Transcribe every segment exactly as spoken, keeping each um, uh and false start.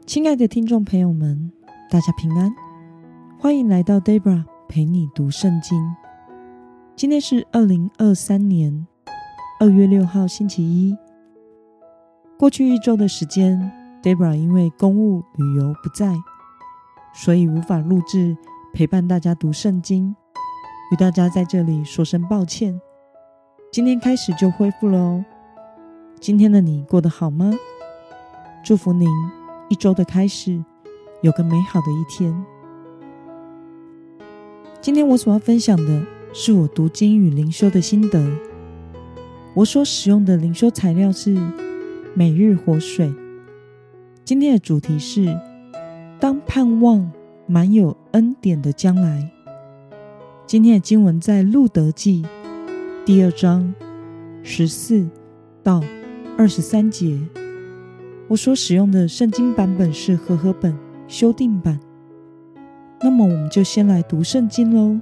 亲爱的听众朋友们，大家平安，欢迎来到 Debra 陪你读圣经。今天是二零二三年二月六号星期一。过去一周的时间 Debra 因为公务旅游不在，所以无法录制陪伴大家读圣经，与大家在这里说声抱歉。今天开始就恢复了哦。今天的你过得好吗？祝福您一周的开始有个美好的一天。今天我所要分享的是我读经与灵修的心得。我所使用的灵修材料是每日活水。今天的主题是当盼望满有恩典的将来。今天的经文在路得记第二章十四到二十三节。我所使用的圣经版本是和合本修订版。那么我们就先来读圣经咯。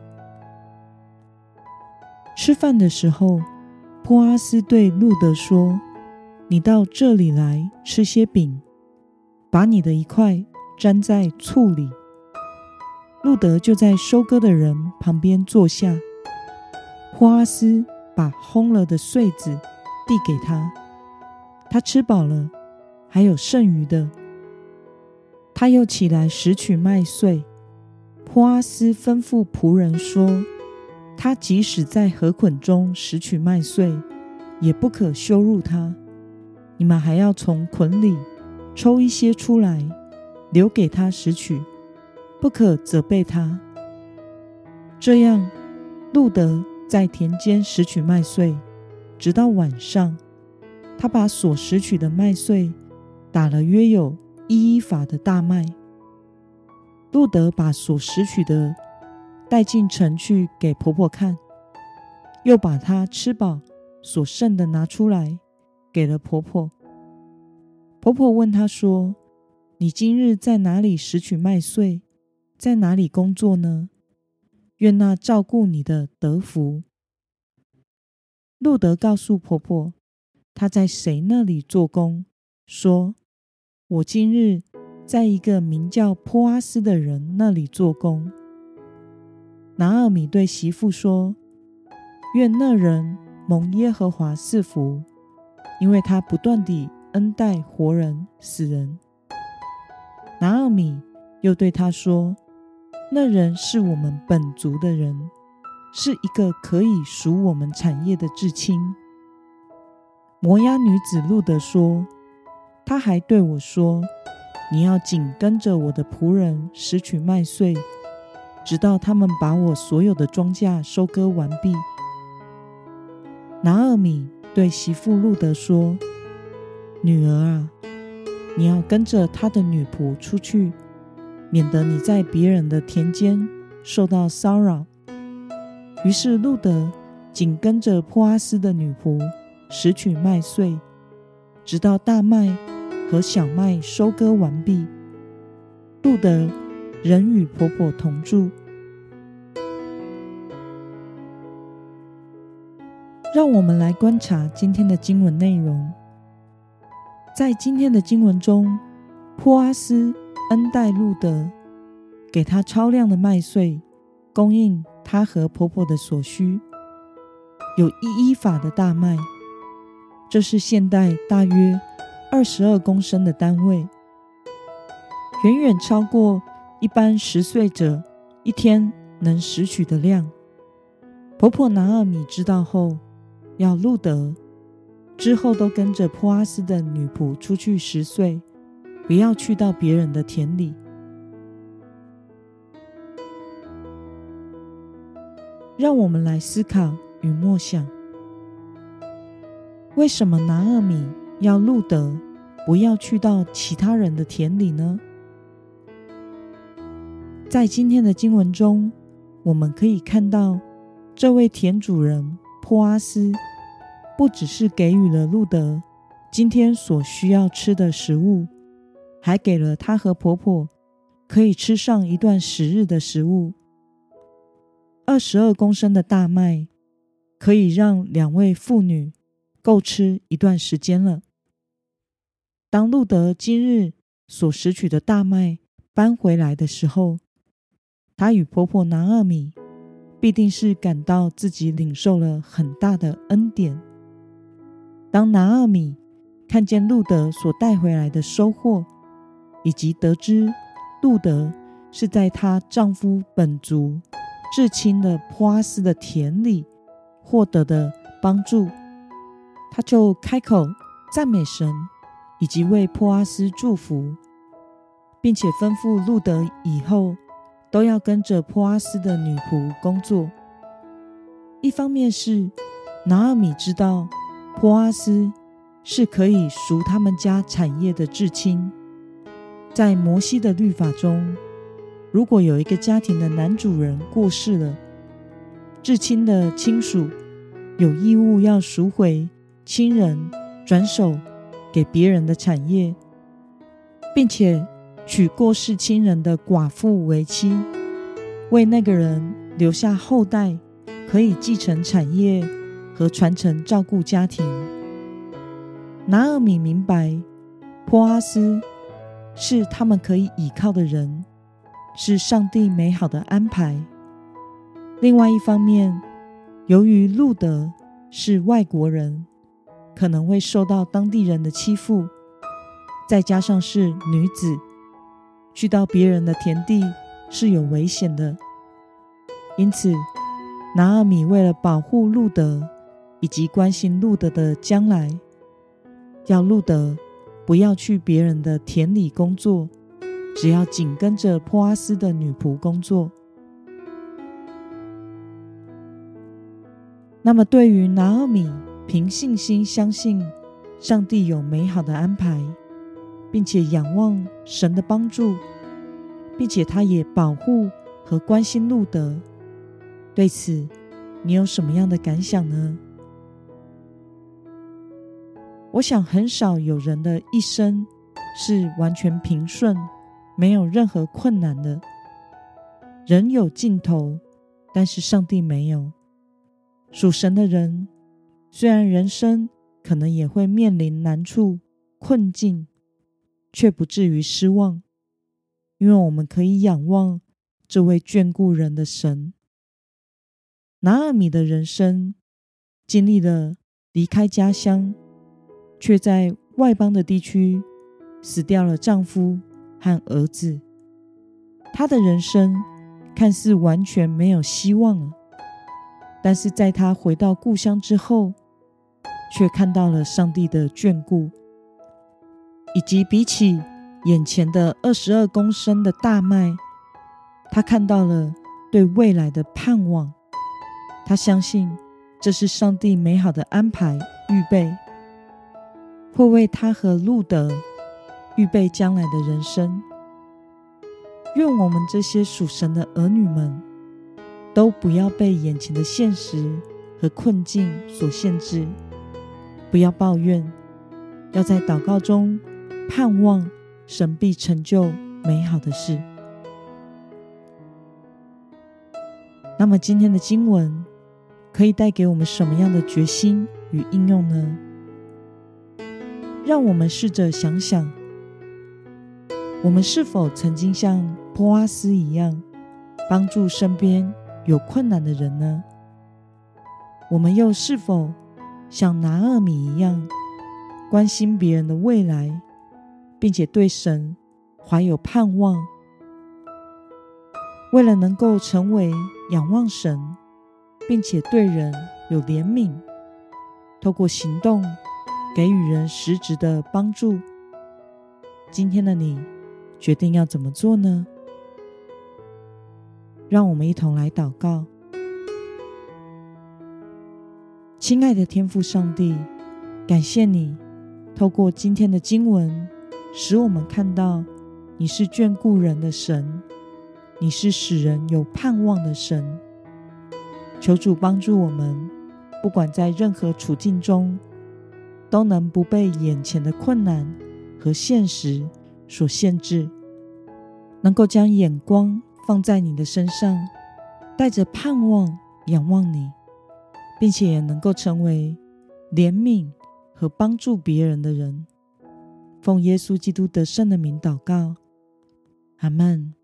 吃饭的时候，波阿斯对路得说，你到这里来吃些饼，把你的一块沾在醋里。路得就在收割的人旁边坐下，波阿斯把烘了的穗子递给他，他吃饱了，还有剩余的。他又起来拾取麦穗。波阿斯吩咐仆人说，他即使在禾捆中拾取麦穗，也不可羞辱他。你们还要从捆里抽一些出来，留给他拾取，不可责备他。这样，路得在田间拾取麦穗，直到晚上。他把所拾取的麦穗打了约有一伊法的大麦。路得把所拾取的带进城去给婆婆看，又把她吃饱所剩的拿出来给了婆婆。婆婆问她说，你今日在哪里拾取麦穗，在哪里工作呢？愿那照顾你的得福。路得告诉婆婆她在谁那里做工，说，我今日在一个名叫波阿斯的人那里做工。拿俄米对媳妇说，愿那人蒙耶和华赐福，因为他不断地恩待活人死人。拿俄米又对他说，那人是我们本族的人，是一个可以属我们产业的至亲。摩押女子路得说，他还对我说，你要紧跟着我的仆人拾取麦穗，直到他们把我所有的庄稼收割完毕。拿俄米对媳妇路得说，女儿啊，你要跟着他的女仆出去，免得你在别人的田间受到骚扰。于是路得紧跟着波阿斯的女仆拾取麦穗，直到大麦和小麦收割完毕。路得仍与婆婆同住。让我们来观察今天的经文内容。在今天的经文中，波阿斯恩待路得，给他超量的麦穗，供应他和婆婆的所需，有一伊法的大麦，这是现代大约二十二公升的单位，远远超过一般十岁者一天能拾取的量。婆婆拿俄米知道后，要路得之后都跟着波阿斯的女仆出去拾穗，不要去到别人的田里。让我们来思考与默想，为什么拿俄米要路得不要去到其他人的田里呢？在今天的经文中，我们可以看到这位田主人波阿斯不只是给予了路得今天所需要吃的食物，还给了他和婆婆可以吃上一段时日的食物。二十二公升的大麦可以让两位妇女够吃一段时间了。当路得今日所拾取的大麦搬回来的时候，她与婆婆拿俄米必定是感到自己领受了很大的恩典。当拿俄米看见路得所带回来的收获，以及得知路得是在她丈夫本族至亲的波阿斯的田里获得的帮助，她就开口赞美神，以及为波阿斯祝福，并且吩咐路得以后都要跟着波阿斯的女仆工作。一方面是拿俄米知道波阿斯是可以赎他们家产业的至亲，在摩西的律法中，如果有一个家庭的男主人过世了，至亲的亲属有义务要赎回亲人转手给别人的产业，并且娶过世亲人的寡妇为妻，为那个人留下后代可以继承产业和传承照顾家庭。拿俄米明白波阿斯是他们可以倚靠的人，是上帝美好的安排。另外一方面，由于路得是外国人，可能会受到当地人的欺负，再加上是女子，去到别人的田地是有危险的。因此拿俄米为了保护路得以及关心路得的将来，要路得不要去别人的田里工作，只要紧跟着波阿斯的女仆工作。那么对于拿俄米凭信心相信上帝有美好的安排，并且仰望神的帮助，并且他也保护和关心路得，对此你有什么样的感想呢？我想很少有人的一生是完全平顺，没有任何困难的。人有尽头，但是上帝没有。属神的人，虽然人生可能也会面临难处、困境，却不至于失望，因为我们可以仰望这位眷顾人的神。拿俄米的人生经历了离开家乡，却在外邦的地区死掉了丈夫和儿子。她的人生看似完全没有希望了，但是在她回到故乡之后，却看到了上帝的眷顾，以及比起眼前的二十二公升的大麦，她看到了对未来的盼望。她相信这是上帝美好的安排预备，会为她和路得预备将来的人生。愿我们这些属神的儿女们都不要被眼前的现实和困境所限制，不要抱怨，要在祷告中盼望神必成就美好的事。那么今天的经文可以带给我们什么样的决心与应用呢？让我们试着想想，我们是否曾经像波阿斯一样帮助身边有困难的人呢？我们又是否像拿俄米一样关心别人的未来，并且对神怀有盼望，为了能够成为仰望神并且对人有怜悯，透过行动给予人实质的帮助？今天的你决定要怎么做呢？让我们一同来祷告。亲爱的天父上帝，感谢你透过今天的经文，使我们看到你是眷顾人的神，你是使人有盼望的神。求主帮助我们，不管在任何处境中，都能不被眼前的困难和现实所限制，能够将眼光放在你的身上，带着盼望仰望你，并且也能够成为怜悯和帮助别人的人。 奉耶稣基督得胜的名祷告，阿们。